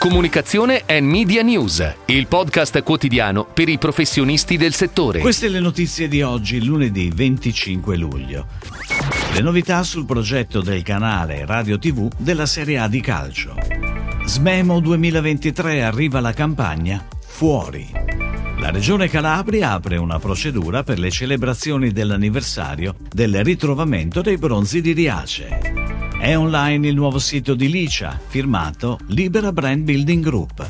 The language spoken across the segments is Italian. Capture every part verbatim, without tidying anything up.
Comunicazione e Media News, il podcast quotidiano per i professionisti del settore. Queste le notizie di oggi, lunedì venticinque luglio. Le novità sul progetto del canale Radio tivù della Serie A di calcio. Smemo duemilaventitré, arriva la campagna Fuori. La Regione Calabria apre una procedura per le celebrazioni dell'anniversario del ritrovamento dei bronzi di Riace. È online il nuovo sito di Licia, firmato Libera Brand Building Group.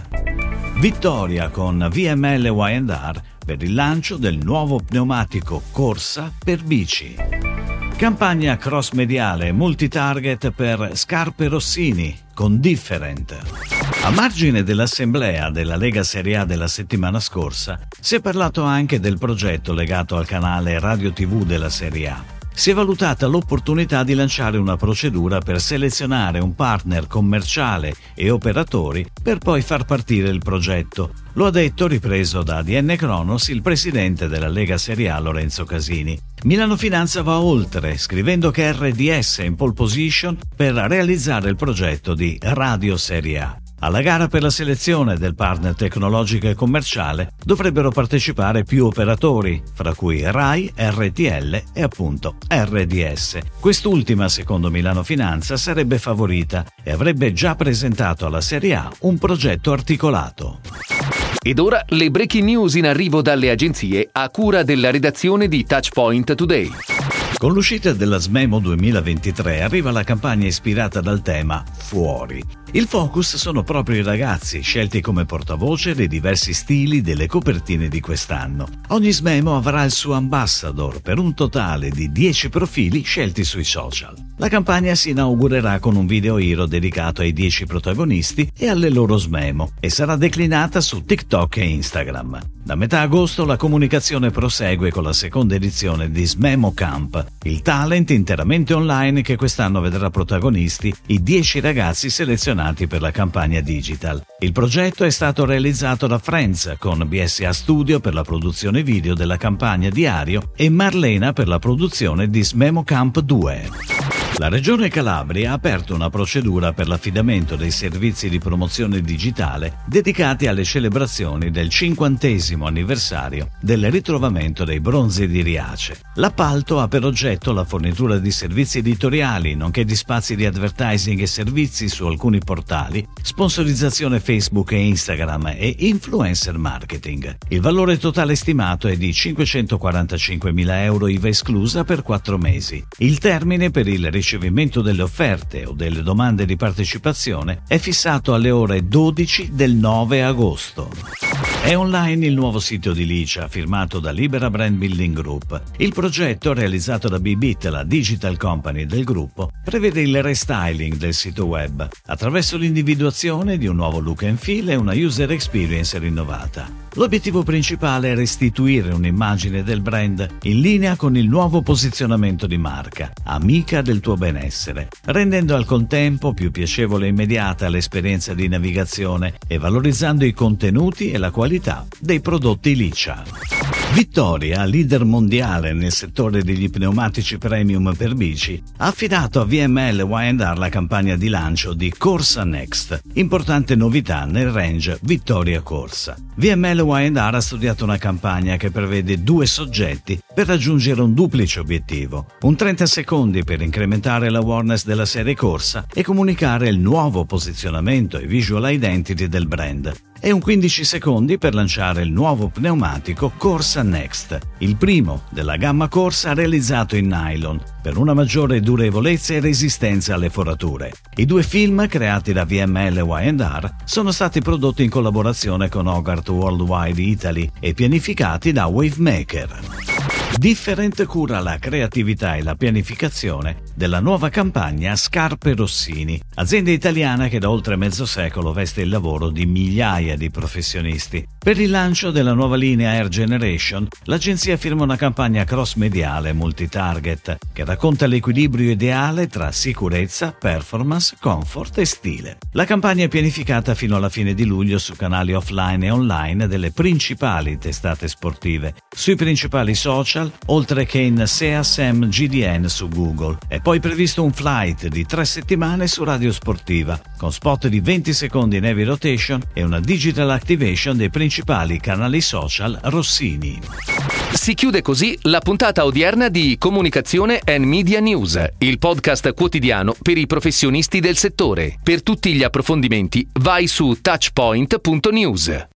Vittoria con V M L Y and R per il lancio del nuovo pneumatico Corsa per bici. Campagna cross-mediale multitarget per Scarpe Rossini con Different. A margine dell'assemblea della Lega Serie A della settimana scorsa, si è parlato anche del progetto legato al canale Radio tivù della Serie A. Si è valutata l'opportunità di lanciare una procedura per selezionare un partner commerciale e operatori per poi far partire il progetto. Lo ha detto, ripreso da A D N Cronos, il presidente della Lega Serie A Lorenzo Casini. Milano Finanza va oltre, scrivendo che R D S è in pole position per realizzare il progetto di Radio Serie A. Alla gara per la selezione del partner tecnologico e commerciale dovrebbero partecipare più operatori, fra cui Rai, R T L e appunto R D S. Quest'ultima, secondo Milano Finanza, sarebbe favorita e avrebbe già presentato alla Serie A un progetto articolato. Ed ora le breaking news in arrivo dalle agenzie a cura della redazione di Touchpoint Today. Con l'uscita della Smemo duemilaventitré arriva la campagna ispirata dal tema Fuori. Il focus sono proprio i ragazzi, scelti come portavoce dei diversi stili delle copertine di quest'anno. Ogni Smemo avrà il suo ambassador per un totale di dieci profili scelti sui social. La campagna si inaugurerà con un video hero dedicato ai dieci protagonisti e alle loro Smemo e sarà declinata su TikTok e Instagram. Da metà agosto la comunicazione prosegue con la seconda edizione di Smemo Camp, il talent interamente online che quest'anno vedrà protagonisti i dieci ragazzi selezionati per la campagna digital. Il progetto è stato realizzato da Friends con B S A Studio per la produzione video della campagna Diario e Marlena per la produzione di Smemo Camp due. La Regione Calabria ha aperto una procedura per l'affidamento dei servizi di promozione digitale dedicati alle celebrazioni del cinquantesimo anniversario del ritrovamento dei bronzi di Riace. L'appalto ha per oggetto la fornitura di servizi editoriali, nonché di spazi di advertising e servizi su alcuni portali, sponsorizzazione Facebook e Instagram e influencer marketing. Il valore totale stimato è di cinquecentoquarantacinquemila euro I V A esclusa per quattro mesi. Il termine per il ricevimento delle offerte o delle domande di partecipazione è fissato alle ore dodici del nove agosto. È online il nuovo sito di Licia, firmato da Libera Brand Building Group. Il progetto, realizzato da Bibit, la digital company del gruppo, prevede il restyling del sito web attraverso l'individuazione di un nuovo look and feel e una user experience rinnovata. L'obiettivo principale è restituire un'immagine del brand in linea con il nuovo posizionamento di marca, amica del tuo benessere, rendendo al contempo più piacevole e immediata l'esperienza di navigazione e valorizzando i contenuti e la qualità dei prodotti Licia. Vittoria, leader mondiale nel settore degli pneumatici premium per bici, ha affidato a V M L Y and R la campagna di lancio di Corsa Next, importante novità nel range Vittoria Corsa. V M L Y and R ha studiato una campagna che prevede due soggetti per raggiungere un duplice obiettivo: un trenta secondi per incrementare l'awareness della serie Corsa e comunicare il nuovo posizionamento e visual identity del brand, e un quindici secondi per lanciare il nuovo pneumatico Corsa Next, il primo della gamma Corsa realizzato in nylon per una maggiore durevolezza e resistenza alle forature. I due film, creati da V M L Y and R, sono stati prodotti in collaborazione con Hogarth Worldwide Italy e pianificati da Wavemaker. Different cura la creatività e la pianificazione della nuova campagna Scarpe Rossini, azienda italiana che da oltre mezzo secolo veste il lavoro di migliaia di professionisti. Per il lancio della nuova linea Air Generation, l'agenzia firma una campagna cross-mediale multitarget che racconta l'equilibrio ideale tra sicurezza, performance, comfort e stile. La campagna è pianificata fino alla fine di luglio su canali offline e online delle principali testate sportive, sui principali social social, oltre che in SEASM G D N su Google. È poi previsto un flight di tre settimane su Radio Sportiva, con spot di venti secondi in heavy rotation e una digital activation dei principali canali social Rossini. Si chiude così la puntata odierna di Comunicazione and Media News, il podcast quotidiano per i professionisti del settore. Per tutti gli approfondimenti vai su touchpoint punto news.